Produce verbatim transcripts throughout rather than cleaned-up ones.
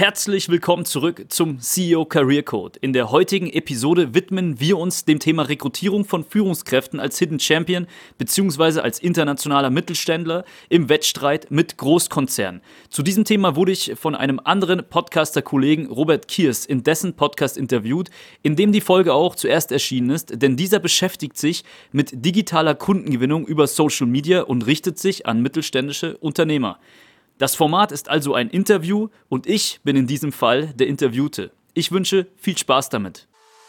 Herzlich willkommen zurück zum C E O Career Code. In der heutigen Episode widmen wir uns dem Thema Rekrutierung von Führungskräften als Hidden Champion bzw. als internationaler Mittelständler im Wettstreit mit Großkonzernen. Zu diesem Thema wurde ich von einem anderen Podcaster-Kollegen Robert Kiers in dessen Podcast interviewt, in dem die Folge auch zuerst erschienen ist, denn dieser beschäftigt sich mit digitaler Kundengewinnung über Social Media und richtet sich an mittelständische Unternehmer. Das Format ist also ein Interview und ich bin in diesem Fall der Interviewte. Ich wünsche viel Spaß damit.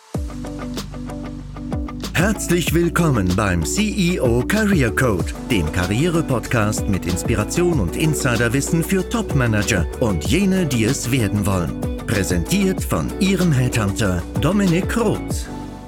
Herzlich willkommen beim C E O Career Code, dem Karriere-Podcast mit Inspiration und Insiderwissen für Top-Manager und jene, die es werden wollen. Präsentiert von Ihrem Headhunter Dominik Roth.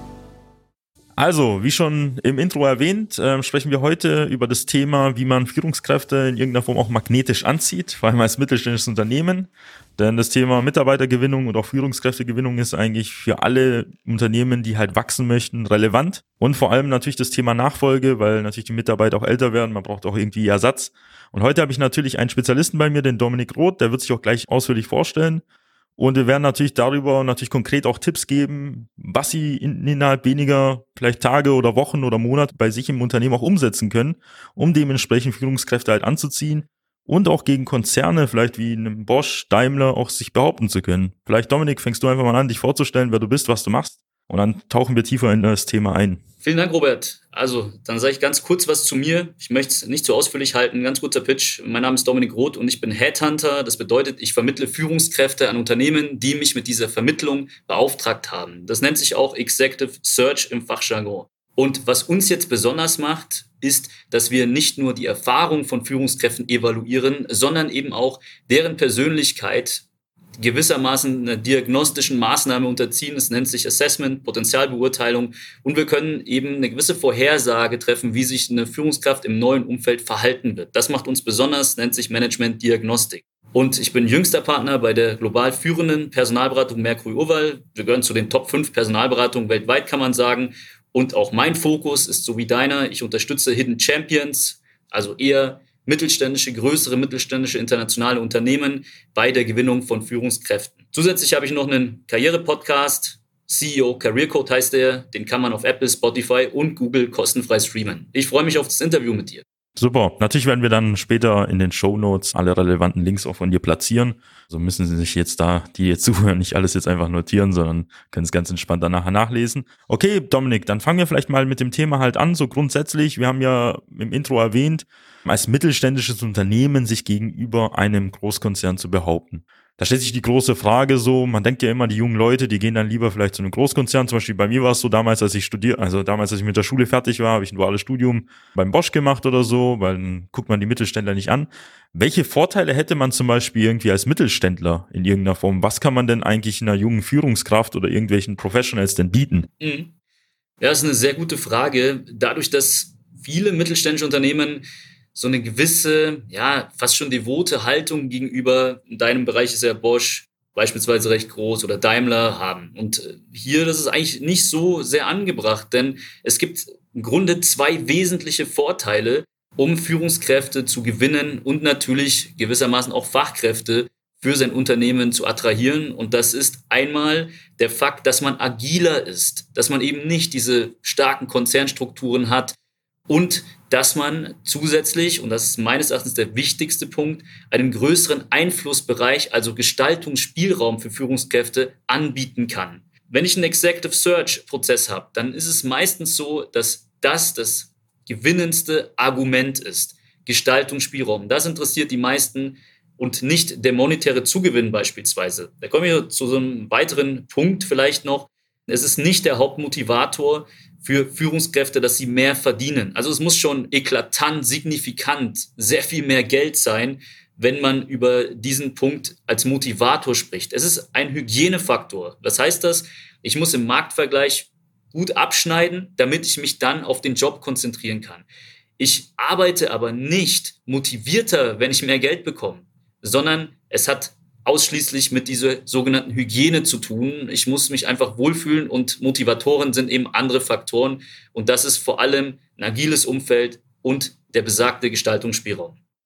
Also, wie schon im Intro erwähnt, äh, sprechen wir heute über das Thema, wie man Führungskräfte in irgendeiner Form auch magnetisch anzieht, vor allem als mittelständisches Unternehmen. Denn das Thema Mitarbeitergewinnung und auch Führungskräftegewinnung ist eigentlich für alle Unternehmen, die halt wachsen möchten, relevant. Und vor allem natürlich das Thema Nachfolge, weil natürlich die Mitarbeiter auch älter werden, man braucht auch irgendwie Ersatz. Und heute habe ich natürlich einen Spezialisten bei mir, den Dominik Roth, der wird sich auch gleich ausführlich vorstellen. Und wir werden natürlich darüber natürlich konkret auch Tipps geben, was Sie in, innerhalb weniger vielleicht Tage oder Wochen oder Monate bei sich im Unternehmen auch umsetzen können, um dementsprechend Führungskräfte halt anzuziehen und auch gegen Konzerne, vielleicht wie einem Bosch, Daimler, auch sich behaupten zu können. Vielleicht, Dominik, fängst du einfach mal an, dich vorzustellen, wer du bist, was du machst, und dann tauchen wir tiefer in das Thema ein. Vielen Dank, Robert. Also, dann sage ich ganz kurz was zu mir. Ich möchte es nicht zu ausführlich halten. Ganz kurzer Pitch. Mein Name ist Dominik Roth und ich bin Headhunter. Das bedeutet, ich vermittle Führungskräfte an Unternehmen, die mich mit dieser Vermittlung beauftragt haben. Das nennt sich auch Executive Search im Fachjargon. Und was uns jetzt besonders macht, ist, dass wir nicht nur die Erfahrung von Führungskräften evaluieren, sondern eben auch deren Persönlichkeit gewissermaßen einer diagnostischen Maßnahme unterziehen. Es nennt sich Assessment, Potenzialbeurteilung. Und wir können eben eine gewisse Vorhersage treffen, wie sich eine Führungskraft im neuen Umfeld verhalten wird. Das macht uns besonders, nennt sich Management-Diagnostik. Und ich bin jüngster Partner bei der global führenden Personalberatung Mercury Oval. Wir gehören zu den Top fünf Personalberatungen weltweit, kann man sagen. Und auch mein Fokus ist so wie deiner. Ich unterstütze Hidden Champions, also eher mittelständische, größere mittelständische internationale Unternehmen bei der Gewinnung von Führungskräften. Zusätzlich habe ich noch einen Karriere-Podcast, C E O Career Code heißt der, den kann man auf Apple, Spotify und Google kostenfrei streamen. Ich freue mich auf das Interview mit dir. Super. Natürlich werden wir dann später in den Shownotes alle relevanten Links auch von dir platzieren. So müssen Sie sich jetzt da, die jetzt zuhören, nicht alles jetzt einfach notieren, sondern können es ganz entspannt dann nachher nachlesen. Okay, Dominik, dann fangen wir vielleicht mal mit dem Thema halt an. So grundsätzlich, wir haben ja im Intro erwähnt, als mittelständisches Unternehmen sich gegenüber einem Großkonzern zu behaupten. Da stellt sich die große Frage so, man denkt ja immer, die jungen Leute, die gehen dann lieber vielleicht zu einem Großkonzern. Zum Beispiel bei mir war es so damals, als ich studiert, also damals, als ich mit der Schule fertig war, habe ich ein duales Studium beim Bosch gemacht oder so, weil dann guckt man die Mittelständler nicht an. Welche Vorteile hätte man zum Beispiel irgendwie als Mittelständler in irgendeiner Form? Was kann man denn eigentlich einer jungen Führungskraft oder irgendwelchen Professionals denn bieten? Mhm. Ja, das ist eine sehr gute Frage. Dadurch, dass viele mittelständische Unternehmen so eine gewisse, ja, fast schon devote Haltung gegenüber, in deinem Bereich ist ja Bosch beispielsweise recht groß oder Daimler haben. Und hier, das ist eigentlich nicht so sehr angebracht, denn es gibt im Grunde zwei wesentliche Vorteile, um Führungskräfte zu gewinnen und natürlich gewissermaßen auch Fachkräfte für sein Unternehmen zu attrahieren. Und das ist einmal der Fakt, dass man agiler ist, dass man eben nicht diese starken Konzernstrukturen hat, und dass man zusätzlich, und das ist meines Erachtens der wichtigste Punkt, einen größeren Einflussbereich, also Gestaltungsspielraum für Führungskräfte anbieten kann. Wenn ich einen Executive Search Prozess habe, dann ist es meistens so, dass das das gewinnendste Argument ist. Gestaltungsspielraum. Das interessiert die meisten und nicht der monetäre Zugewinn beispielsweise. Da kommen wir zu so einem weiteren Punkt vielleicht noch. Es ist nicht der Hauptmotivator für Führungskräfte, dass sie mehr verdienen. Also es muss schon eklatant, signifikant, sehr viel mehr Geld sein, wenn man über diesen Punkt als Motivator spricht. Es ist ein Hygienefaktor. Was heißt das? Ich muss im Marktvergleich gut abschneiden, damit ich mich dann auf den Job konzentrieren kann. Ich arbeite aber nicht motivierter, wenn ich mehr Geld bekomme, sondern es hat ausschließlich mit dieser sogenannten Hygiene zu tun. Ich muss mich einfach wohlfühlen und Motivatoren sind eben andere Faktoren. Und das ist vor allem ein agiles Umfeld und der besagte Gestaltungsspielraum.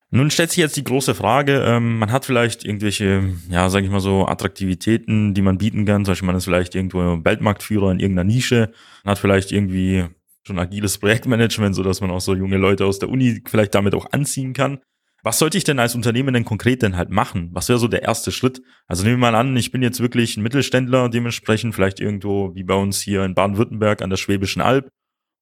Nun stellt sich jetzt die große Frage, ähm, man hat vielleicht irgendwelche, ja, sage ich mal so, Attraktivitäten, die man bieten kann. Zum Beispiel man ist vielleicht irgendwo Weltmarktführer in irgendeiner Nische, man hat vielleicht irgendwie schon agiles Projektmanagement, sodass man auch so junge Leute aus der Uni vielleicht damit auch anziehen kann. Was sollte ich denn als Unternehmen denn konkret denn halt machen? Was wäre so der erste Schritt? Also nehmen wir mal an, ich bin jetzt wirklich ein Mittelständler, dementsprechend vielleicht irgendwo wie bei uns hier in Baden-Württemberg an der Schwäbischen Alb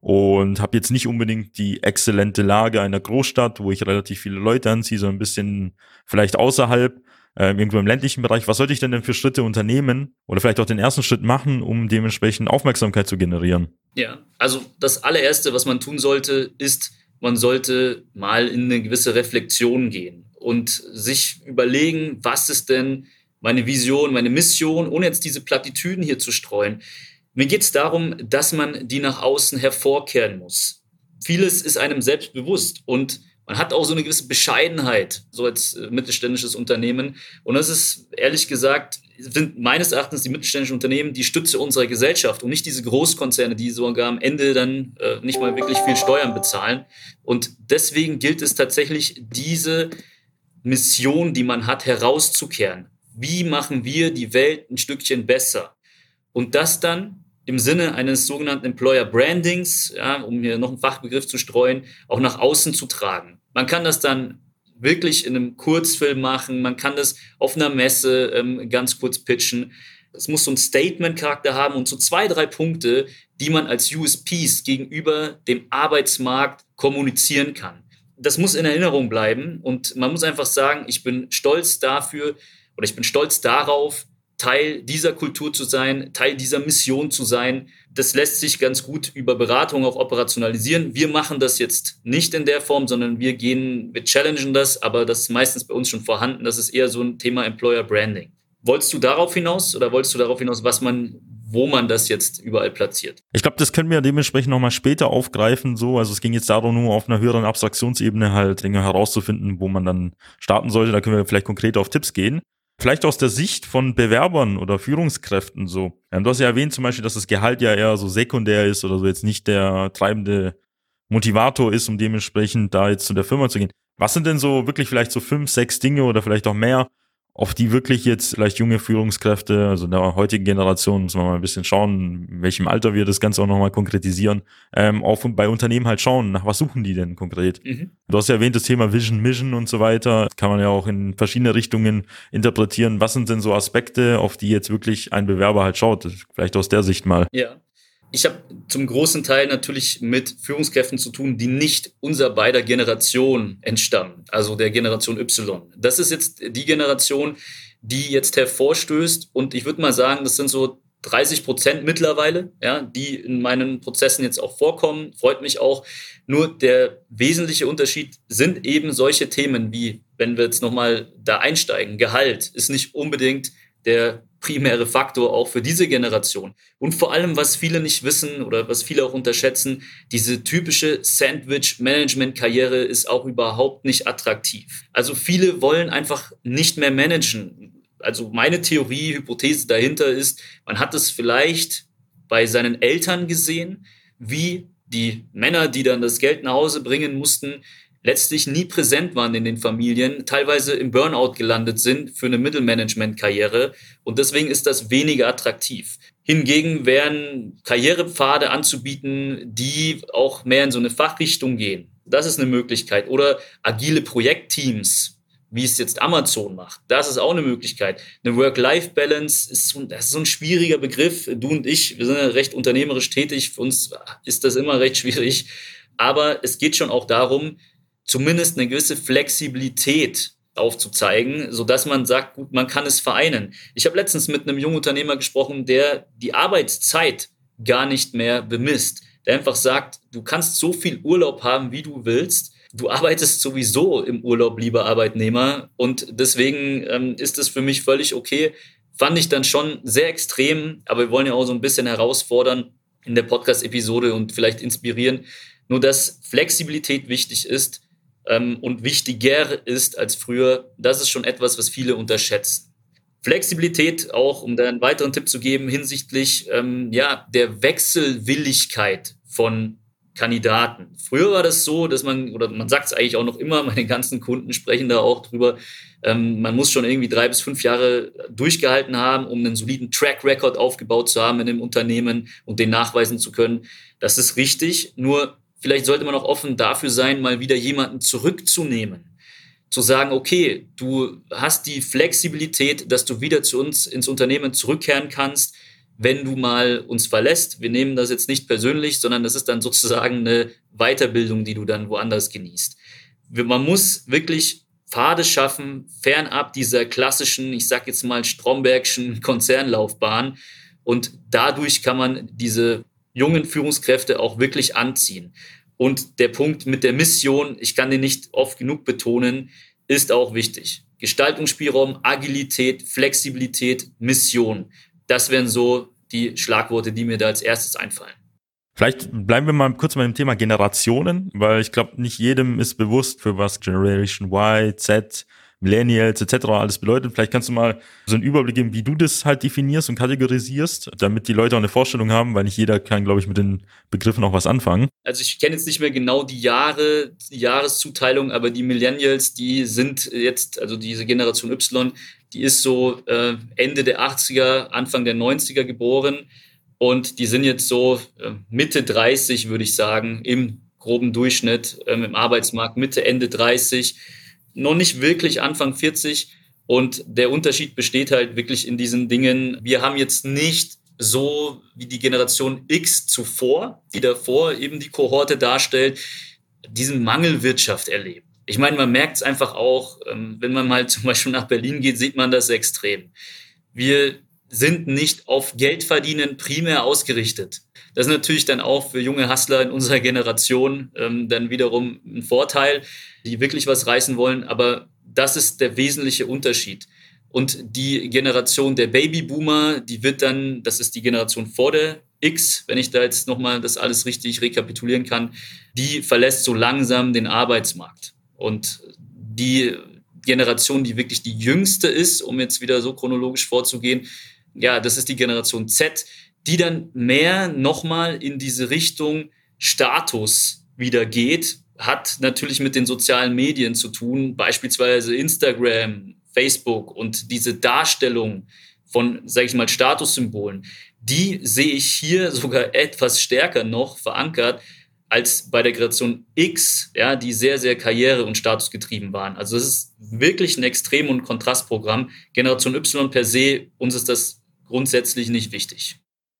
und habe jetzt nicht unbedingt die exzellente Lage einer Großstadt, wo ich relativ viele Leute anziehe, sondern ein bisschen vielleicht außerhalb, äh, irgendwo im ländlichen Bereich. Was sollte ich denn denn für Schritte unternehmen oder vielleicht auch den ersten Schritt machen, um dementsprechend Aufmerksamkeit zu generieren? Ja, also das allererste, was man tun sollte, ist, man sollte mal in eine gewisse Reflexion gehen und sich überlegen, was ist denn meine Vision, meine Mission, ohne jetzt diese Plattitüden hier zu streuen. Mir geht es darum, dass man die nach außen hervorkehren muss. Vieles ist einem selbst bewusst und man hat auch so eine gewisse Bescheidenheit, so als äh, mittelständisches Unternehmen. Und das ist, ehrlich gesagt, sind meines Erachtens die mittelständischen Unternehmen die Stütze unserer Gesellschaft und nicht diese Großkonzerne, die sogar am Ende dann äh, nicht mal wirklich viel Steuern bezahlen. Und deswegen gilt es tatsächlich, diese Mission, die man hat, herauszukehren. Wie machen wir die Welt ein Stückchen besser? Und das dann im Sinne eines sogenannten Employer Brandings, ja, um hier noch einen Fachbegriff zu streuen, auch nach außen zu tragen. Man kann das dann wirklich in einem Kurzfilm machen, man kann das auf einer Messe ähm, ganz kurz pitchen. Es muss so einen Statement-Charakter haben und so zwei, drei Punkte, die man als U S Ps gegenüber dem Arbeitsmarkt kommunizieren kann. Das muss in Erinnerung bleiben und man muss einfach sagen, ich bin stolz dafür oder ich bin stolz darauf, Teil dieser Kultur zu sein, Teil dieser Mission zu sein. Das lässt sich ganz gut über Beratung auch operationalisieren. Wir machen das jetzt nicht in der Form, sondern wir gehen, wir challengen das, aber das ist meistens bei uns schon vorhanden. Das ist eher so ein Thema Employer Branding. Wolltest du darauf hinaus oder wolltest du darauf hinaus, was man, wo man das jetzt überall platziert? Ich glaube, das können wir dementsprechend nochmal später aufgreifen. So, also es ging jetzt darum, nur auf einer höheren Abstraktionsebene halt Dinge herauszufinden, wo man dann starten sollte. Da können wir vielleicht konkret auf Tipps gehen. Vielleicht aus der Sicht von Bewerbern oder Führungskräften so. Ja, du hast ja erwähnt zum Beispiel, dass das Gehalt ja eher so sekundär ist oder so jetzt nicht der treibende Motivator ist, um dementsprechend da jetzt zu der Firma zu gehen. Was sind denn so wirklich vielleicht so fünf, sechs Dinge oder vielleicht auch mehr, auf die wirklich jetzt vielleicht junge Führungskräfte, also in der heutigen Generation, müssen wir mal ein bisschen schauen, in welchem Alter wir das Ganze auch nochmal konkretisieren, ähm, auch bei Unternehmen halt schauen, nach was suchen die denn konkret? Mhm. Du hast ja erwähnt, das Thema Vision, Mission und so weiter, kann man ja auch in verschiedene Richtungen interpretieren. Was sind denn so Aspekte, auf die jetzt wirklich ein Bewerber halt schaut? Vielleicht aus der Sicht mal. Ja. Ich habe zum großen Teil natürlich mit Führungskräften zu tun, die nicht unserer beider Generation entstammen, also der Generation Y. Das ist jetzt die Generation, die jetzt hervorstößt und ich würde mal sagen, das sind so dreißig Prozent mittlerweile, ja, die in meinen Prozessen jetzt auch vorkommen, freut mich auch. Nur der wesentliche Unterschied sind eben solche Themen wie, wenn wir jetzt nochmal da einsteigen, Gehalt ist nicht unbedingt der primäre Faktor auch für diese Generation. Und vor allem, was viele nicht wissen oder was viele auch unterschätzen, diese typische Sandwich-Management-Karriere ist auch überhaupt nicht attraktiv. Also viele wollen einfach nicht mehr managen. Also meine Theorie, Hypothese dahinter ist, man hat es vielleicht bei seinen Eltern gesehen, wie die Männer, die dann das Geld nach Hause bringen mussten, letztlich nie präsent waren in den Familien, teilweise im Burnout gelandet sind für eine Mittelmanagement-Karriere und deswegen ist das weniger attraktiv. Hingegen wären Karrierepfade anzubieten, die auch mehr in so eine Fachrichtung gehen. Das ist eine Möglichkeit. Oder agile Projektteams, wie es jetzt Amazon macht. Das ist auch eine Möglichkeit. Eine Work-Life-Balance ist so, das ist so ein schwieriger Begriff. Du und ich, wir sind ja recht unternehmerisch tätig. Für uns ist das immer recht schwierig. Aber es geht schon auch darum, zumindest eine gewisse Flexibilität aufzuzeigen, sodass man sagt, gut, man kann es vereinen. Ich habe letztens mit einem jungen Unternehmer gesprochen, der die Arbeitszeit gar nicht mehr bemisst. Der einfach sagt, du kannst so viel Urlaub haben, wie du willst. Du arbeitest sowieso im Urlaub, lieber Arbeitnehmer. Und deswegen ähm, ist es für mich völlig okay. Fand ich dann schon sehr extrem, aber wir wollen ja auch so ein bisschen herausfordern in der Podcast-Episode und vielleicht inspirieren. Nur, dass Flexibilität wichtig ist, und wichtiger ist als früher, das ist schon etwas, was viele unterschätzen. Flexibilität auch, um da einen weiteren Tipp zu geben, hinsichtlich ähm, ja, der Wechselwilligkeit von Kandidaten. Früher war das so, dass man, oder man sagt es eigentlich auch noch immer, meine ganzen Kunden sprechen da auch drüber, ähm, man muss schon irgendwie drei bis fünf Jahre durchgehalten haben, um einen soliden Track Record aufgebaut zu haben in dem Unternehmen und den nachweisen zu können. Das ist richtig, nur vielleicht sollte man auch offen dafür sein, mal wieder jemanden zurückzunehmen. Zu sagen, okay, du hast die Flexibilität, dass du wieder zu uns ins Unternehmen zurückkehren kannst, wenn du mal uns verlässt. Wir nehmen das jetzt nicht persönlich, sondern das ist dann sozusagen eine Weiterbildung, die du dann woanders genießt. Man muss wirklich Pfade schaffen, fernab dieser klassischen, ich sag jetzt mal Strombergschen Konzernlaufbahn. Und dadurch kann man diese jungen Führungskräfte auch wirklich anziehen. Und der Punkt mit der Mission, ich kann den nicht oft genug betonen, ist auch wichtig. Gestaltungsspielraum, Agilität, Flexibilität, Mission. Das wären so die Schlagworte, die mir da als erstes einfallen. Vielleicht bleiben wir mal kurz bei dem Thema Generationen, weil ich glaube, nicht jedem ist bewusst, für was Generation Y, Z, Millennials et cetera alles bedeutet. Vielleicht kannst du mal so einen Überblick geben, wie du das halt definierst und kategorisierst, damit die Leute auch eine Vorstellung haben, weil nicht jeder kann, glaube ich, mit den Begriffen auch was anfangen. Also ich kenne jetzt nicht mehr genau die Jahre, die Jahreszuteilung, aber die Millennials, die sind jetzt, also diese Generation Y, die ist so äh, Ende der achtziger, Anfang der neunziger geboren und die sind jetzt so äh, Mitte dreißig, würde ich sagen, im groben Durchschnitt, ähm, im Arbeitsmarkt, Mitte, Ende dreißig, noch nicht wirklich Anfang vierzig. Und der Unterschied besteht halt wirklich in diesen Dingen. Wir haben jetzt nicht so wie die Generation X zuvor, die davor eben die Kohorte darstellt, diesen Mangelwirtschaft erlebt. Ich meine, man merkt es einfach auch, wenn man mal zum Beispiel nach Berlin geht, sieht man das extrem. Wir sind nicht auf Geldverdienen primär ausgerichtet. Das ist natürlich dann auch für junge Hustler in unserer Generation ähm, dann wiederum ein Vorteil, die wirklich was reißen wollen. Aber das ist der wesentliche Unterschied. Und die Generation der Babyboomer, die wird dann, das ist die Generation vor der X, wenn ich da jetzt nochmal das alles richtig rekapitulieren kann, die verlässt so langsam den Arbeitsmarkt. Und die Generation, die wirklich die jüngste ist, um jetzt wieder so chronologisch vorzugehen, ja, das ist die Generation Z, die dann mehr nochmal in diese Richtung Status wieder geht, hat natürlich mit den sozialen Medien zu tun, beispielsweise Instagram, Facebook und diese Darstellung von, sage ich mal, Statussymbolen, die sehe ich hier sogar etwas stärker noch verankert als bei der Generation X, ja, die sehr, sehr karriere- und statusgetrieben waren. Also das ist wirklich ein Extrem- und Kontrastprogramm. Generation Y per se, uns ist das grundsätzlich nicht wichtig.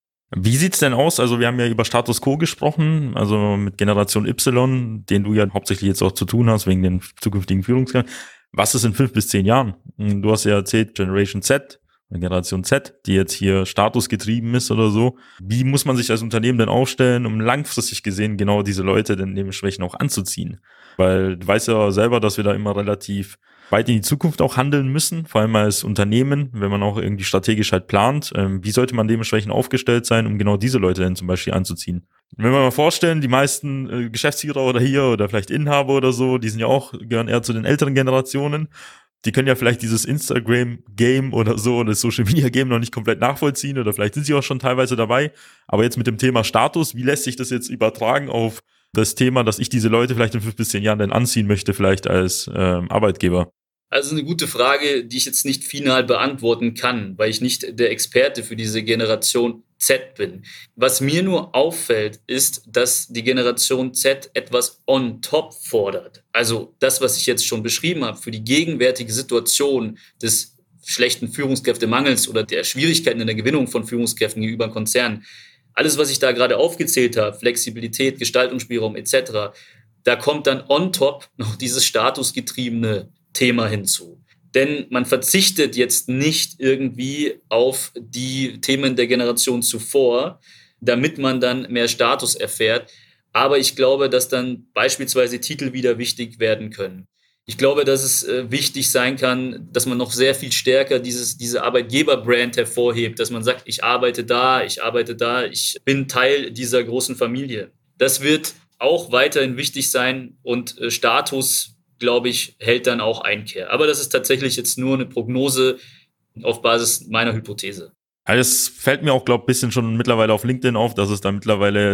Wie sieht's denn aus? Also wir haben ja über Status Quo gesprochen, also mit Generation Y, den du ja hauptsächlich jetzt auch zu tun hast, wegen den zukünftigen Führungskräften. Was ist in fünf bis zehn Jahren? Du hast ja erzählt, Generation Z, Generation Z, die jetzt hier statusgetrieben ist oder so. Wie muss man sich als Unternehmen denn aufstellen, um langfristig gesehen genau diese Leute dann dementsprechend auch anzuziehen? Weil du weißt ja selber, dass wir da immer relativ weit in die Zukunft auch handeln müssen, vor allem als Unternehmen, wenn man auch irgendwie strategisch halt plant. Ähm, wie sollte man dementsprechend aufgestellt sein, um genau diese Leute dann zum Beispiel anzuziehen? Wenn wir mal vorstellen, die meisten äh, Geschäftsführer oder hier oder vielleicht Inhaber oder so, die sind ja auch, gehören eher zu den älteren Generationen. Die können ja vielleicht dieses Instagram-Game oder so oder das Social-Media-Game noch nicht komplett nachvollziehen oder vielleicht sind sie auch schon teilweise dabei. Aber jetzt mit dem Thema Status, wie lässt sich das jetzt übertragen auf das Thema, dass ich diese Leute vielleicht in fünf bis zehn Jahren dann anziehen möchte, vielleicht als ähm, Arbeitgeber? Also eine gute Frage, die ich jetzt nicht final beantworten kann, weil ich nicht der Experte für diese Generation Z bin. Was mir nur auffällt, ist, dass die Generation Z etwas on top fordert. Also das, was ich jetzt schon beschrieben habe, für die gegenwärtige Situation des schlechten Führungskräftemangels oder der Schwierigkeiten in der Gewinnung von Führungskräften gegenüber Konzernen. Alles, was ich da gerade aufgezählt habe, Flexibilität, Gestaltungsspielraum et cetera, da kommt dann on top noch dieses statusgetriebene Thema hinzu. Denn man verzichtet jetzt nicht irgendwie auf die Themen der Generation zuvor, damit man dann mehr Status erfährt. Aber ich glaube, dass dann beispielsweise Titel wieder wichtig werden können. Ich glaube, dass es äh, wichtig sein kann, dass man noch sehr viel stärker dieses, diese Arbeitgeberbrand hervorhebt, dass man sagt, ich arbeite da, ich arbeite da, ich bin Teil dieser großen Familie. Das wird auch weiterhin wichtig sein und äh, Status, glaube ich, hält dann auch Einkehr. Aber das ist tatsächlich jetzt nur eine Prognose auf Basis meiner Hypothese. Also es fällt mir auch, glaube ich, ein bisschen schon mittlerweile auf LinkedIn auf, dass es da mittlerweile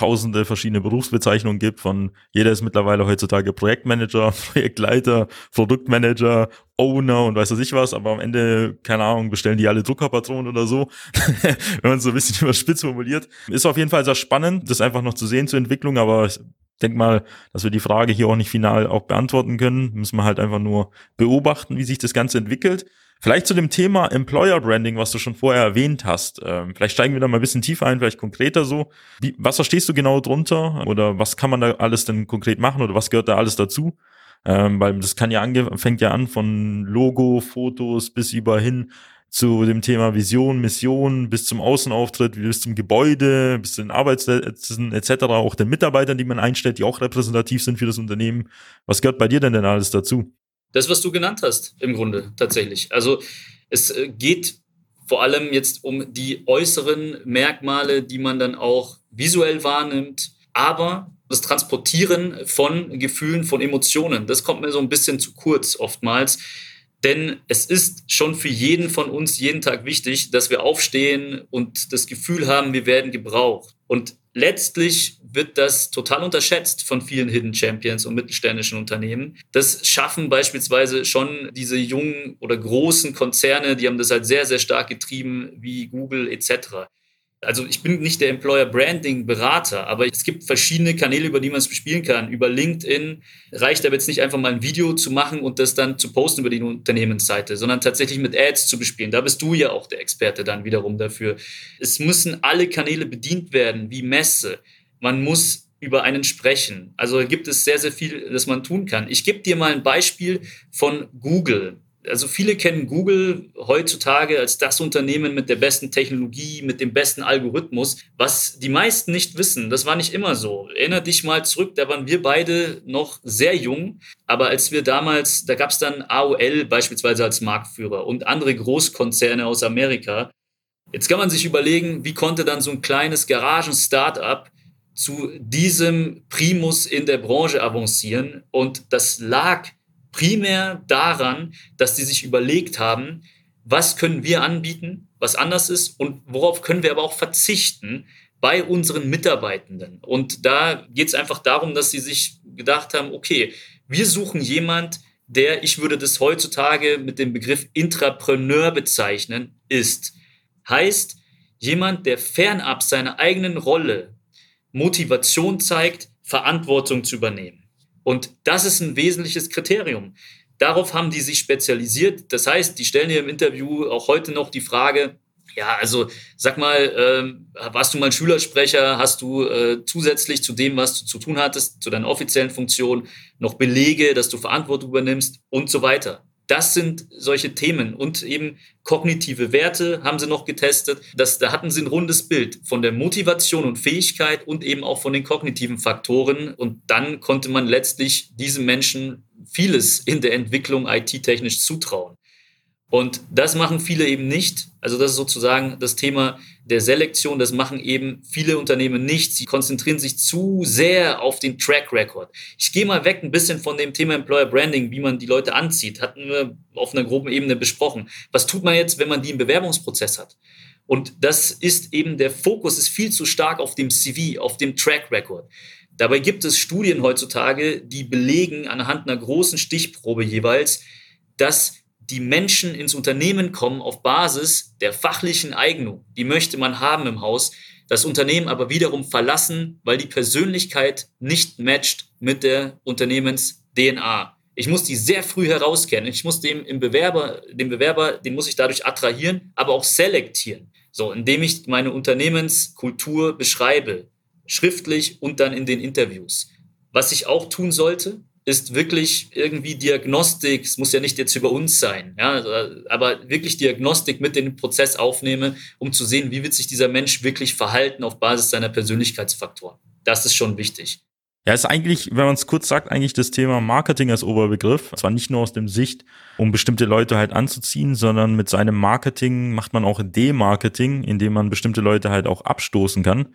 tausende verschiedene Berufsbezeichnungen gibt, von jeder ist mittlerweile heutzutage Projektmanager, Projektleiter, Produktmanager, Owner und weiß was ich was, aber am Ende, keine Ahnung, bestellen die alle Druckerpatronen oder so, wenn man es so ein bisschen überspitzt formuliert. Ist auf jeden Fall sehr spannend, das einfach noch zu sehen zur Entwicklung, aber ich denke mal, dass wir die Frage hier auch nicht final auch beantworten können, müssen wir halt einfach nur beobachten, wie sich das Ganze entwickelt. Vielleicht zu dem Thema Employer Branding, was du schon vorher erwähnt hast. Ähm, vielleicht steigen wir da mal ein bisschen tiefer ein, vielleicht konkreter so. Wie, was verstehst du genau drunter? Oder was kann man da alles denn konkret machen? Oder was gehört da alles dazu? Ähm, weil das kann ja ange- fängt ja an von Logo, Fotos bis über hin zu dem Thema Vision, Mission, bis zum Außenauftritt, bis zum Gebäude, bis zu den Arbeitsplätzen et cetera, auch den Mitarbeitern, die man einstellt, die auch repräsentativ sind für das Unternehmen. Was gehört bei dir denn denn alles dazu? Das, was du genannt hast, im Grunde tatsächlich. Also es geht vor allem jetzt um die äußeren Merkmale, die man dann auch visuell wahrnimmt, aber das Transportieren von Gefühlen, von Emotionen, das kommt mir so ein bisschen zu kurz oftmals. Denn es ist schon für jeden von uns jeden Tag wichtig, dass wir aufstehen und das Gefühl haben, wir werden gebraucht. Und letztlich wird das total unterschätzt von vielen Hidden Champions und mittelständischen Unternehmen. Das schaffen beispielsweise schon diese jungen oder großen Konzerne, die haben das halt sehr, sehr stark getrieben, wie Google et cetera. Also ich bin nicht der Employer Branding Berater, aber es gibt verschiedene Kanäle, über die man es bespielen kann. Über LinkedIn reicht aber jetzt nicht einfach mal ein Video zu machen und das dann zu posten über die Unternehmensseite, sondern tatsächlich mit Ads zu bespielen. Da bist du ja auch der Experte dann wiederum dafür. Es müssen alle Kanäle bedient werden, wie Messe. Man muss über einen sprechen. Also gibt es sehr, sehr viel, das man tun kann. Ich gebe dir mal ein Beispiel von Google. Also viele kennen Google heutzutage als das Unternehmen mit der besten Technologie, mit dem besten Algorithmus. Was die meisten nicht wissen, das war nicht immer so. Erinner dich mal zurück, da waren wir beide noch sehr jung. Aber als wir damals, da gab es dann A O L beispielsweise als Marktführer und andere Großkonzerne aus Amerika. Jetzt kann man sich überlegen, wie konnte dann so ein kleines Garagen-Startup zu diesem Primus in der Branche avancieren? Und das lag primär daran, dass die sich überlegt haben, was können wir anbieten, was anders ist und worauf können wir aber auch verzichten bei unseren Mitarbeitenden. Und da geht es einfach darum, dass sie sich gedacht haben, okay, wir suchen jemand, der, ich würde das heutzutage mit dem Begriff Intrapreneur bezeichnen, ist. Heißt, jemand, der fernab seiner eigenen Rolle Motivation zeigt, Verantwortung zu übernehmen. Und das ist ein wesentliches Kriterium. Darauf haben die sich spezialisiert. Das heißt, die stellen dir im Interview auch heute noch die Frage, ja, also sag mal, ähm, warst du mal Schülersprecher? Hast du äh, zusätzlich zu dem, was du zu tun hattest, zu deiner offiziellen Funktion, noch Belege, dass du Verantwortung übernimmst und so weiter? Das sind solche Themen und eben kognitive Werte haben sie noch getestet. Das, da hatten sie ein rundes Bild von der Motivation und Fähigkeit und eben auch von den kognitiven Faktoren. Und dann konnte man letztlich diesem Menschen vieles in der Entwicklung I T-technisch zutrauen. Und das machen viele eben nicht. Also das ist sozusagen das Thema der Selektion. Das machen eben viele Unternehmen nicht. Sie konzentrieren sich zu sehr auf den Track Record. Ich gehe mal weg ein bisschen von dem Thema Employer Branding, wie man die Leute anzieht. Hatten wir auf einer groben Ebene besprochen. Was tut man jetzt, wenn man die im Bewerbungsprozess hat? Und das ist eben, der Fokus ist viel zu stark auf dem C V, auf dem Track Record. Dabei gibt es Studien heutzutage, die belegen anhand einer großen Stichprobe jeweils, dass die Menschen ins Unternehmen kommen auf Basis der fachlichen Eignung. Die möchte man haben im Haus. Das Unternehmen aber wiederum verlassen, weil die Persönlichkeit nicht matcht mit der Unternehmens-D N A. Ich muss die sehr früh herauskennen. Ich muss dem im Bewerber, den Bewerber, den muss ich dadurch attrahieren, aber auch selektieren. So, indem ich meine Unternehmenskultur beschreibe, schriftlich und dann in den Interviews. Was ich auch tun sollte, ist wirklich irgendwie Diagnostik, es muss ja nicht jetzt über uns sein, ja, aber wirklich Diagnostik mit in den Prozess aufnehme, um zu sehen, wie wird sich dieser Mensch wirklich verhalten auf Basis seiner Persönlichkeitsfaktoren. Das ist schon wichtig. Ja, ist eigentlich, wenn man es kurz sagt, eigentlich das Thema Marketing als Oberbegriff. Zwar nicht nur aus dem Sicht, um bestimmte Leute halt anzuziehen, sondern mit seinem Marketing macht man auch Demarketing, indem man bestimmte Leute halt auch abstoßen kann.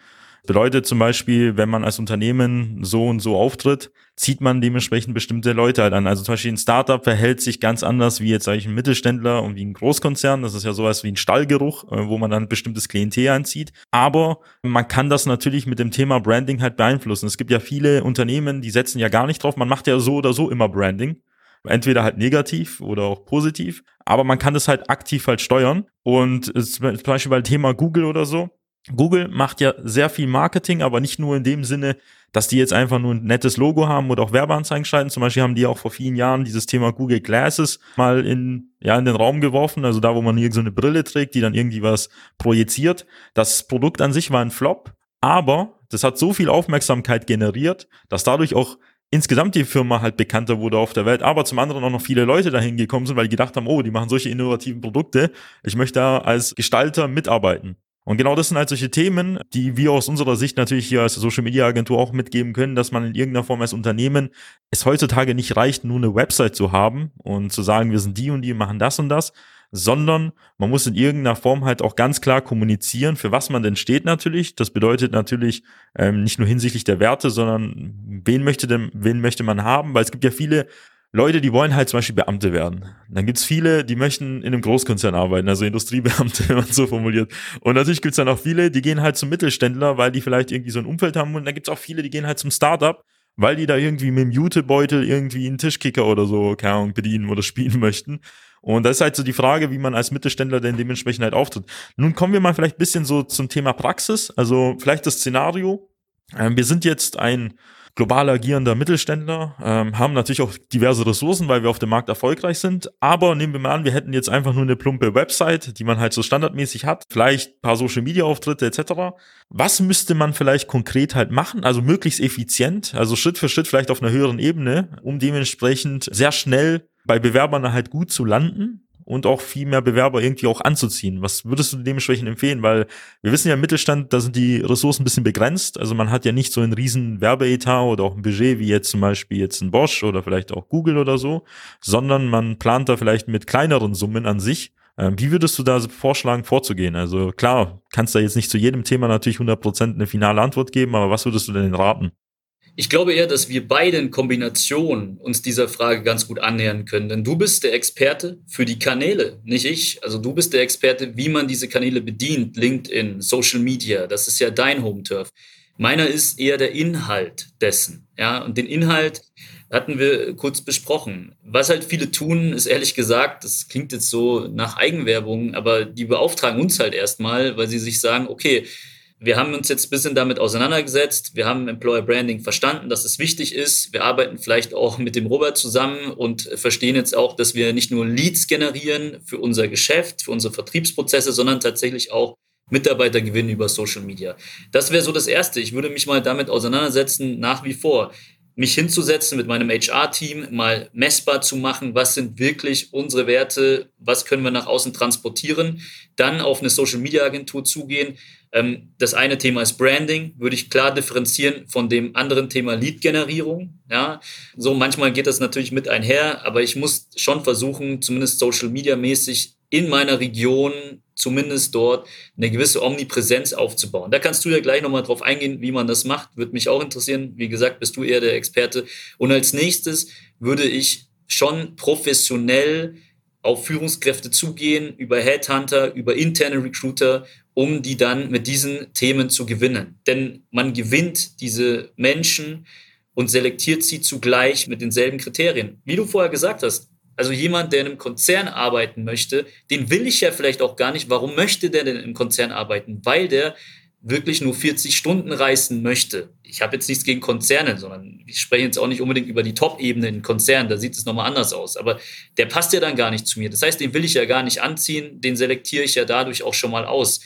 Bedeutet zum Beispiel, wenn man als Unternehmen so und so auftritt, zieht man dementsprechend bestimmte Leute halt an. Also zum Beispiel ein Startup verhält sich ganz anders wie jetzt, sage ich, ein Mittelständler und wie ein Großkonzern. Das ist ja sowas wie ein Stallgeruch, wo man dann ein bestimmtes Klientel anzieht. Aber man kann das natürlich mit dem Thema Branding halt beeinflussen. Es gibt ja viele Unternehmen, die setzen ja gar nicht drauf. Man macht ja so oder so immer Branding. Entweder halt negativ oder auch positiv. Aber man kann das halt aktiv halt steuern. Und zum Beispiel beim Thema Google oder so. Google macht ja sehr viel Marketing, aber nicht nur in dem Sinne, dass die jetzt einfach nur ein nettes Logo haben oder auch Werbeanzeigen schalten. Zum Beispiel haben die auch vor vielen Jahren dieses Thema Google Glasses mal in, ja, in den Raum geworfen. Also da, wo man irgend so eine Brille trägt, die dann irgendwie was projiziert. Das Produkt an sich war ein Flop, aber das hat so viel Aufmerksamkeit generiert, dass dadurch auch insgesamt die Firma halt bekannter wurde auf der Welt, aber zum anderen auch noch viele Leute dahin gekommen sind, weil die gedacht haben, oh, die machen solche innovativen Produkte. Ich möchte da als Gestalter mitarbeiten. Und genau das sind halt solche Themen, die wir aus unserer Sicht natürlich hier als Social Media Agentur auch mitgeben können, dass man in irgendeiner Form als Unternehmen es heutzutage nicht reicht, nur eine Website zu haben und zu sagen, wir sind die und die machen das und das, sondern man muss in irgendeiner Form halt auch ganz klar kommunizieren, für was man denn steht natürlich. Das bedeutet natürlich ähm, nicht nur hinsichtlich der Werte, sondern wen möchte denn, wen möchte man haben, weil es gibt ja viele Leute, die wollen halt zum Beispiel Beamte werden. Dann gibt's viele, die möchten in einem Großkonzern arbeiten, also Industriebeamte, wenn man so formuliert. Und natürlich gibt's dann auch viele, die gehen halt zum Mittelständler, weil die vielleicht irgendwie so ein Umfeld haben. Und dann gibt's auch viele, die gehen halt zum Startup, weil die da irgendwie mit dem Jutebeutel irgendwie einen Tischkicker oder so, keine Ahnung, bedienen oder spielen möchten. Und das ist halt so die Frage, wie man als Mittelständler denn dementsprechend halt auftritt. Nun kommen wir mal vielleicht ein bisschen so zum Thema Praxis. Also vielleicht das Szenario. Wir sind jetzt ein global agierender Mittelständler, ähm, haben natürlich auch diverse Ressourcen, weil wir auf dem Markt erfolgreich sind. Aber nehmen wir mal an, wir hätten jetzt einfach nur eine plumpe Website, die man halt so standardmäßig hat, vielleicht ein paar Social-Media-Auftritte et cetera. Was müsste man vielleicht konkret halt machen? Also möglichst effizient, also Schritt für Schritt vielleicht auf einer höheren Ebene, um dementsprechend sehr schnell bei Bewerbern halt gut zu landen und auch viel mehr Bewerber irgendwie auch anzuziehen. Was würdest du dementsprechend empfehlen? Weil wir wissen ja, im Mittelstand, da sind die Ressourcen ein bisschen begrenzt. Also man hat ja nicht so einen riesen Werbeetat oder auch ein Budget wie jetzt zum Beispiel jetzt ein Bosch oder vielleicht auch Google oder so, sondern man plant da vielleicht mit kleineren Summen an sich. Wie würdest du da vorschlagen, vorzugehen? Also klar, kannst da jetzt nicht zu jedem Thema natürlich hundert Prozent eine finale Antwort geben, aber was würdest du denn raten? Ich glaube eher, dass wir beide in Kombination uns dieser Frage ganz gut annähern können. Denn du bist der Experte für die Kanäle, nicht ich. Also du bist der Experte, wie man diese Kanäle bedient. LinkedIn, Social Media, das ist ja dein Home-Turf. Meiner ist eher der Inhalt dessen. Ja, und den Inhalt hatten wir kurz besprochen. Was halt viele tun, ist ehrlich gesagt, das klingt jetzt so nach Eigenwerbung, aber die beauftragen uns halt erstmal, weil sie sich sagen, okay, wir haben uns jetzt ein bisschen damit auseinandergesetzt. Wir haben Employer Branding verstanden, dass es wichtig ist. Wir arbeiten vielleicht auch mit dem Robert zusammen und verstehen jetzt auch, dass wir nicht nur Leads generieren für unser Geschäft, für unsere Vertriebsprozesse, sondern tatsächlich auch Mitarbeiter gewinnen über Social Media. Das wäre so das Erste. Ich würde mich mal damit auseinandersetzen, nach wie vor. Mich hinzusetzen mit meinem H R-Team, mal messbar zu machen, was sind wirklich unsere Werte, was können wir nach außen transportieren, dann auf eine Social-Media-Agentur zugehen. Das eine Thema ist Branding, würde ich klar differenzieren von dem anderen Thema Lead-Generierung. Ja, so manchmal geht das natürlich mit einher, aber ich muss schon versuchen, zumindest Social-Media-mäßig in meiner Region, zumindest dort, eine gewisse Omnipräsenz aufzubauen. Da kannst du ja gleich nochmal drauf eingehen, wie man das macht. Würde mich auch interessieren. Wie gesagt, bist du eher der Experte. Und als nächstes würde ich schon professionell auf Führungskräfte zugehen, über Headhunter, über interne Recruiter, um die dann mit diesen Themen zu gewinnen. Denn man gewinnt diese Menschen und selektiert sie zugleich mit denselben Kriterien. Wie du vorher gesagt hast, also jemand, der in einem Konzern arbeiten möchte, den will ich ja vielleicht auch gar nicht. Warum möchte der denn im Konzern arbeiten? Weil der wirklich nur vierzig Stunden reißen möchte. Ich habe jetzt nichts gegen Konzerne, sondern ich spreche jetzt auch nicht unbedingt über die Top-Ebene in Konzernen, da sieht es nochmal anders aus. Aber der passt ja dann gar nicht zu mir. Das heißt, den will ich ja gar nicht anziehen, den selektiere ich ja dadurch auch schon mal aus.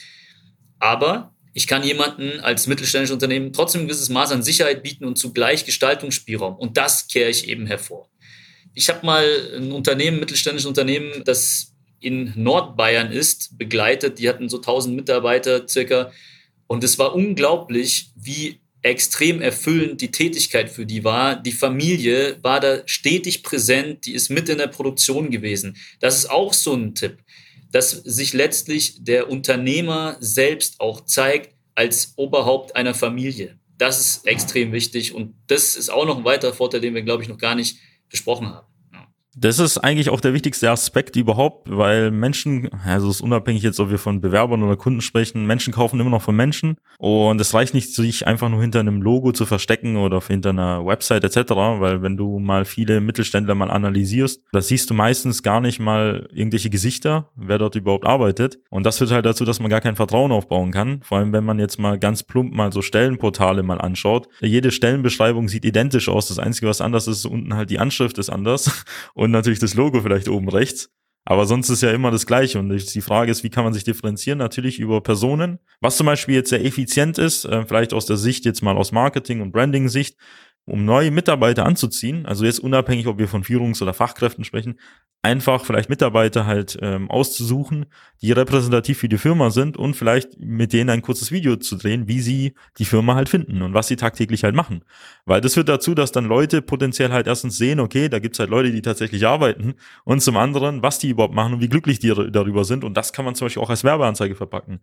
Aber ich kann jemanden als mittelständisches Unternehmen trotzdem ein gewisses Maß an Sicherheit bieten und zugleich Gestaltungsspielraum. Und das kehre ich eben hervor. Ich habe mal ein Unternehmen, ein mittelständisches Unternehmen, das in Nordbayern ist, begleitet. Die hatten so tausend Mitarbeiter circa. Und es war unglaublich, wie extrem erfüllend die Tätigkeit für die war. Die Familie war da stetig präsent, die ist mit in der Produktion gewesen. Das ist auch so ein Tipp, dass sich letztlich der Unternehmer selbst auch zeigt als Oberhaupt einer Familie. Das ist extrem wichtig und das ist auch noch ein weiterer Vorteil, den wir, glaube ich, noch gar nicht besprochen haben. Das ist eigentlich auch der wichtigste Aspekt überhaupt, weil Menschen, also es ist unabhängig jetzt, ob wir von Bewerbern oder Kunden sprechen, Menschen kaufen immer noch von Menschen und es reicht nicht, sich einfach nur hinter einem Logo zu verstecken oder hinter einer Website et cetera, weil wenn du mal viele Mittelständler mal analysierst, da siehst du meistens gar nicht mal irgendwelche Gesichter, wer dort überhaupt arbeitet und das führt halt dazu, dass man gar kein Vertrauen aufbauen kann, vor allem wenn man jetzt mal ganz plump mal so Stellenportale mal anschaut. Jede Stellenbeschreibung sieht identisch aus, das Einzige, was anders ist, unten halt die Anschrift ist anders. Und natürlich das Logo vielleicht oben rechts. Aber sonst ist ja immer das Gleiche. Und die Frage ist, wie kann man sich differenzieren? Natürlich über Personen. Was zum Beispiel jetzt sehr effizient ist, äh, vielleicht aus der Sicht jetzt mal aus Marketing- und Branding-Sicht, um neue Mitarbeiter anzuziehen, also jetzt unabhängig, ob wir von Führungs- oder Fachkräften sprechen, einfach vielleicht Mitarbeiter halt ähm, auszusuchen, die repräsentativ für die Firma sind und vielleicht mit denen ein kurzes Video zu drehen, wie sie die Firma halt finden und was sie tagtäglich halt machen. Weil das führt dazu, dass dann Leute potenziell halt erstens sehen, okay, da gibt's halt Leute, die tatsächlich arbeiten und zum anderen, was die überhaupt machen und wie glücklich die darüber sind und das kann man zum Beispiel auch als Werbeanzeige verpacken.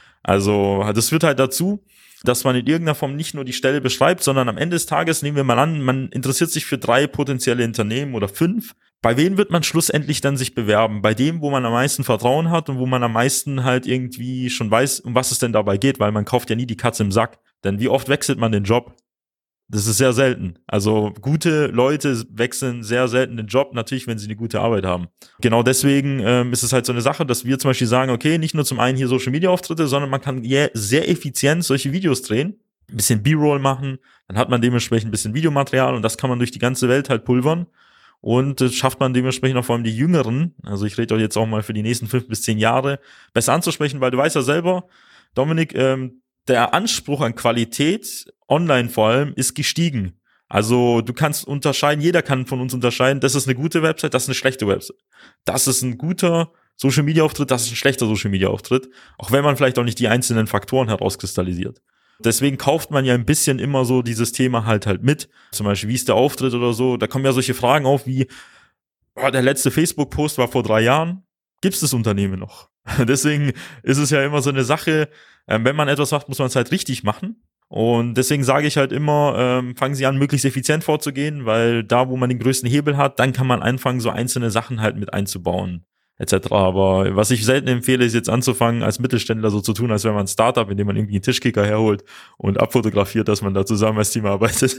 Also das führt halt dazu, dass man in irgendeiner Form nicht nur die Stelle beschreibt, sondern am Ende des Tages, nehmen wir mal an, man interessiert sich für drei potenzielle Unternehmen oder fünf. Bei wem wird man schlussendlich dann sich bewerben? Bei dem, wo man am meisten Vertrauen hat und wo man am meisten halt irgendwie schon weiß, um was es denn dabei geht, weil man kauft ja nie die Katze im Sack. Denn wie oft wechselt man den Job? Das ist sehr selten. Also gute Leute wechseln sehr selten den Job, natürlich, wenn sie eine gute Arbeit haben. Genau deswegen ähm, ist es halt so eine Sache, dass wir zum Beispiel sagen, okay, nicht nur zum einen hier Social-Media-Auftritte, sondern man kann sehr effizient solche Videos drehen, ein bisschen B-Roll machen, dann hat man dementsprechend ein bisschen Videomaterial und das kann man durch die ganze Welt halt pulvern und das schafft man dementsprechend auch vor allem die Jüngeren, also ich rede euch jetzt auch mal für die nächsten fünf bis zehn Jahre, besser anzusprechen, weil du weißt ja selber, Dominik, ähm, der Anspruch an Qualität, online vor allem, ist gestiegen. Also du kannst unterscheiden, jeder kann von uns unterscheiden, das ist eine gute Website, das ist eine schlechte Website. Das ist ein guter Social-Media-Auftritt, das ist ein schlechter Social-Media-Auftritt, auch wenn man vielleicht auch nicht die einzelnen Faktoren herauskristallisiert. Deswegen kauft man ja ein bisschen immer so dieses Thema halt halt mit. Zum Beispiel, wie ist der Auftritt oder so. Da kommen ja solche Fragen auf wie, oh, der letzte Facebook-Post war vor drei Jahren. Gibt es das Unternehmen noch? Deswegen ist es ja immer so eine Sache, ähm, wenn man etwas macht, muss man es halt richtig machen. Und deswegen sage ich halt immer, ähm, fangen Sie an, möglichst effizient vorzugehen, weil da, wo man den größten Hebel hat, dann kann man anfangen, so einzelne Sachen halt mit einzubauen, et cetera. Aber was ich selten empfehle, ist jetzt anzufangen, als Mittelständler so zu tun, als wäre man ein Startup, indem man irgendwie einen Tischkicker herholt und abfotografiert, dass man da zusammen als Team arbeitet.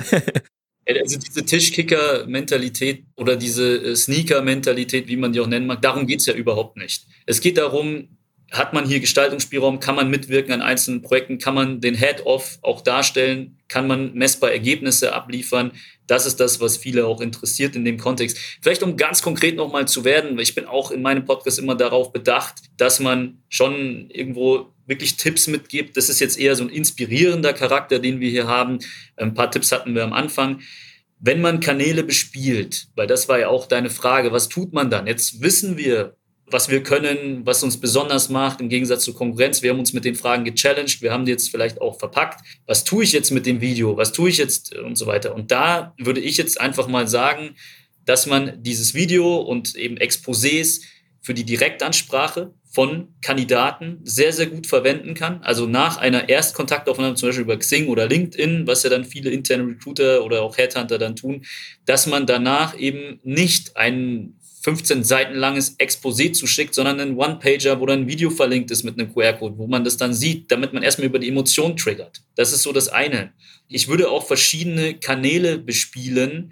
Also diese Tischkicker-Mentalität oder diese Sneaker-Mentalität, wie man die auch nennen mag, darum geht's ja überhaupt nicht. Es geht darum, hat man hier Gestaltungsspielraum, kann man mitwirken an einzelnen Projekten, kann man den Head-Off auch darstellen, kann man messbar Ergebnisse abliefern. Das ist das, was viele auch interessiert in dem Kontext. Vielleicht um ganz konkret nochmal zu werden, weil ich bin auch in meinem Podcast immer darauf bedacht, dass man schon irgendwo wirklich Tipps mitgibt. Das ist jetzt eher so ein inspirierender Charakter, den wir hier haben. Ein paar Tipps hatten wir am Anfang. Wenn man Kanäle bespielt, weil das war ja auch deine Frage, was tut man dann? Jetzt wissen wir, was wir können, was uns besonders macht, im Gegensatz zur Konkurrenz. Wir haben uns mit den Fragen gechallenged, wir haben die jetzt vielleicht auch verpackt. Was tue ich jetzt mit dem Video? Was tue ich jetzt und so weiter? Und da würde ich jetzt einfach mal sagen, dass man dieses Video und eben Exposés für die Direktansprache von Kandidaten sehr, sehr gut verwenden kann. Also nach einer Erstkontaktaufnahme, zum Beispiel über Xing oder LinkedIn, was ja dann viele interne Recruiter oder auch Headhunter dann tun, dass man danach eben nicht einen fünfzehn Seiten langes Exposé zuschickt, sondern einen One-Pager, wo dann ein Video verlinkt ist mit einem Q R-Code, wo man das dann sieht, damit man erstmal über die Emotionen triggert. Das ist so das eine. Ich würde auch verschiedene Kanäle bespielen,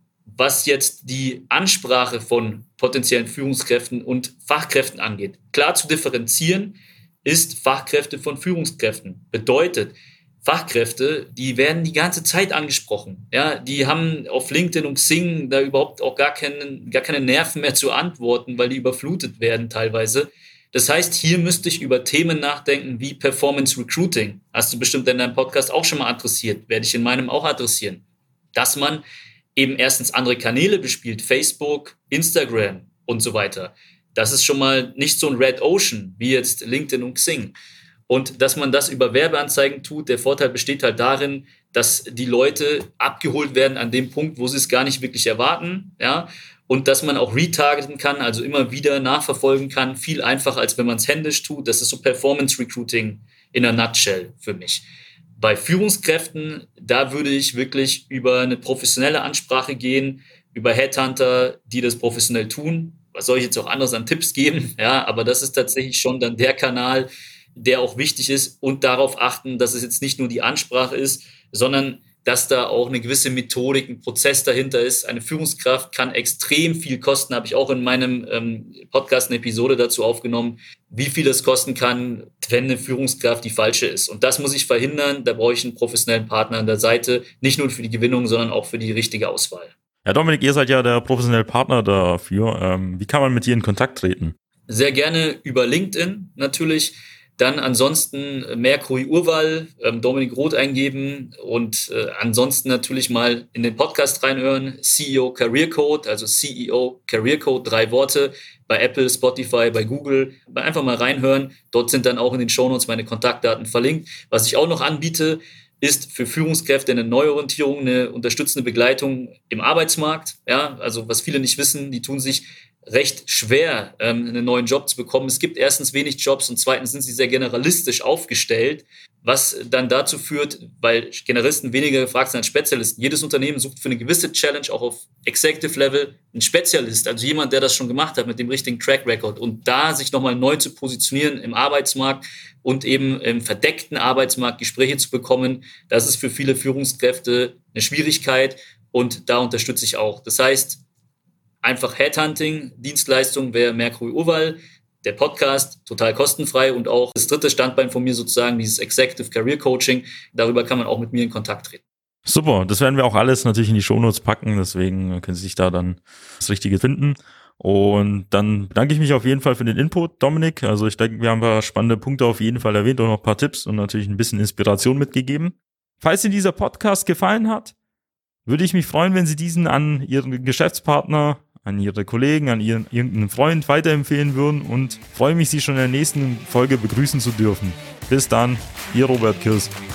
was jetzt die Ansprache von potenziellen Führungskräften und Fachkräften angeht. Klar zu differenzieren ist Fachkräfte von Führungskräften. Bedeutet, Fachkräfte, die werden die ganze Zeit angesprochen. Ja, die haben auf LinkedIn und Xing da überhaupt auch gar, keinen, gar keine Nerven mehr zu antworten, weil die überflutet werden teilweise. Das heißt, hier müsste ich über Themen nachdenken wie Performance Recruiting. Hast du bestimmt in deinem Podcast auch schon mal adressiert, werde ich in meinem auch adressieren. Dass man eben erstens andere Kanäle bespielt, Facebook, Instagram und so weiter. Das ist schon mal nicht so ein Red Ocean wie jetzt LinkedIn und Xing. Und dass man das über Werbeanzeigen tut, der Vorteil besteht halt darin, dass die Leute abgeholt werden an dem Punkt, wo sie es gar nicht wirklich erwarten, ja, und dass man auch retargeten kann, also immer wieder nachverfolgen kann, viel einfacher, als wenn man es händisch tut. Das ist so Performance Recruiting in a nutshell für mich. Bei Führungskräften, da würde ich wirklich über eine professionelle Ansprache gehen, über Headhunter, die das professionell tun. Was soll ich jetzt auch anderes an Tipps geben? Ja, aber das ist tatsächlich schon dann der Kanal, der auch wichtig ist, und darauf achten, dass es jetzt nicht nur die Ansprache ist, sondern dass da auch eine gewisse Methodik, ein Prozess dahinter ist. Eine Führungskraft kann extrem viel kosten, habe ich auch in meinem ähm, Podcast eine Episode dazu aufgenommen, wie viel es kosten kann, wenn eine Führungskraft die falsche ist. Und das muss ich verhindern, da brauche ich einen professionellen Partner an der Seite, nicht nur für die Gewinnung, sondern auch für die richtige Auswahl. Ja, Dominik, ihr seid ja der professionelle Partner dafür. Ähm, wie kann man mit dir in Kontakt treten? Sehr gerne über LinkedIn natürlich. Dann ansonsten Mercury Urwahl, ähm, Dominik Roth eingeben und äh, ansonsten natürlich mal in den Podcast reinhören. C E O Career Code, also C E O Career Code, drei Worte, bei Apple, Spotify, bei Google. Einfach mal reinhören. Dort sind dann auch in den Shownotes meine Kontaktdaten verlinkt. Was ich auch noch anbiete, ist für Führungskräfte eine Neuorientierung, eine unterstützende Begleitung im Arbeitsmarkt. Ja, also was viele nicht wissen, die tun sich recht schwer, einen neuen Job zu bekommen. Es gibt erstens wenig Jobs und zweitens sind sie sehr generalistisch aufgestellt, was dann dazu führt, weil Generalisten weniger gefragt sind als Spezialisten. Jedes Unternehmen sucht für eine gewisse Challenge auch auf Executive Level einen Spezialist, also jemand, der das schon gemacht hat mit dem richtigen Track Record, und da sich nochmal neu zu positionieren im Arbeitsmarkt und eben im verdeckten Arbeitsmarkt Gespräche zu bekommen, das ist für viele Führungskräfte eine Schwierigkeit, und da unterstütze ich auch. Das heißt, einfach Headhunting, Dienstleistung wäre Mercury Urwahl, der Podcast total kostenfrei, und auch das dritte Standbein von mir sozusagen, dieses Executive Career Coaching, darüber kann man auch mit mir in Kontakt treten. Super, das werden wir auch alles natürlich in die Shownotes packen, deswegen können Sie sich da dann das Richtige finden. Und dann bedanke ich mich auf jeden Fall für den Input, Dominik. Also ich denke, wir haben ein paar spannende Punkte auf jeden Fall erwähnt und noch ein paar Tipps und natürlich ein bisschen Inspiration mitgegeben. Falls Ihnen dieser Podcast gefallen hat, würde ich mich freuen, wenn Sie diesen an Ihren Geschäftspartner, an Ihre Kollegen, an Ihren irgendeinen Freund weiterempfehlen würden, und freue mich, Sie schon in der nächsten Folge begrüßen zu dürfen. Bis dann, Ihr Robert Kirs.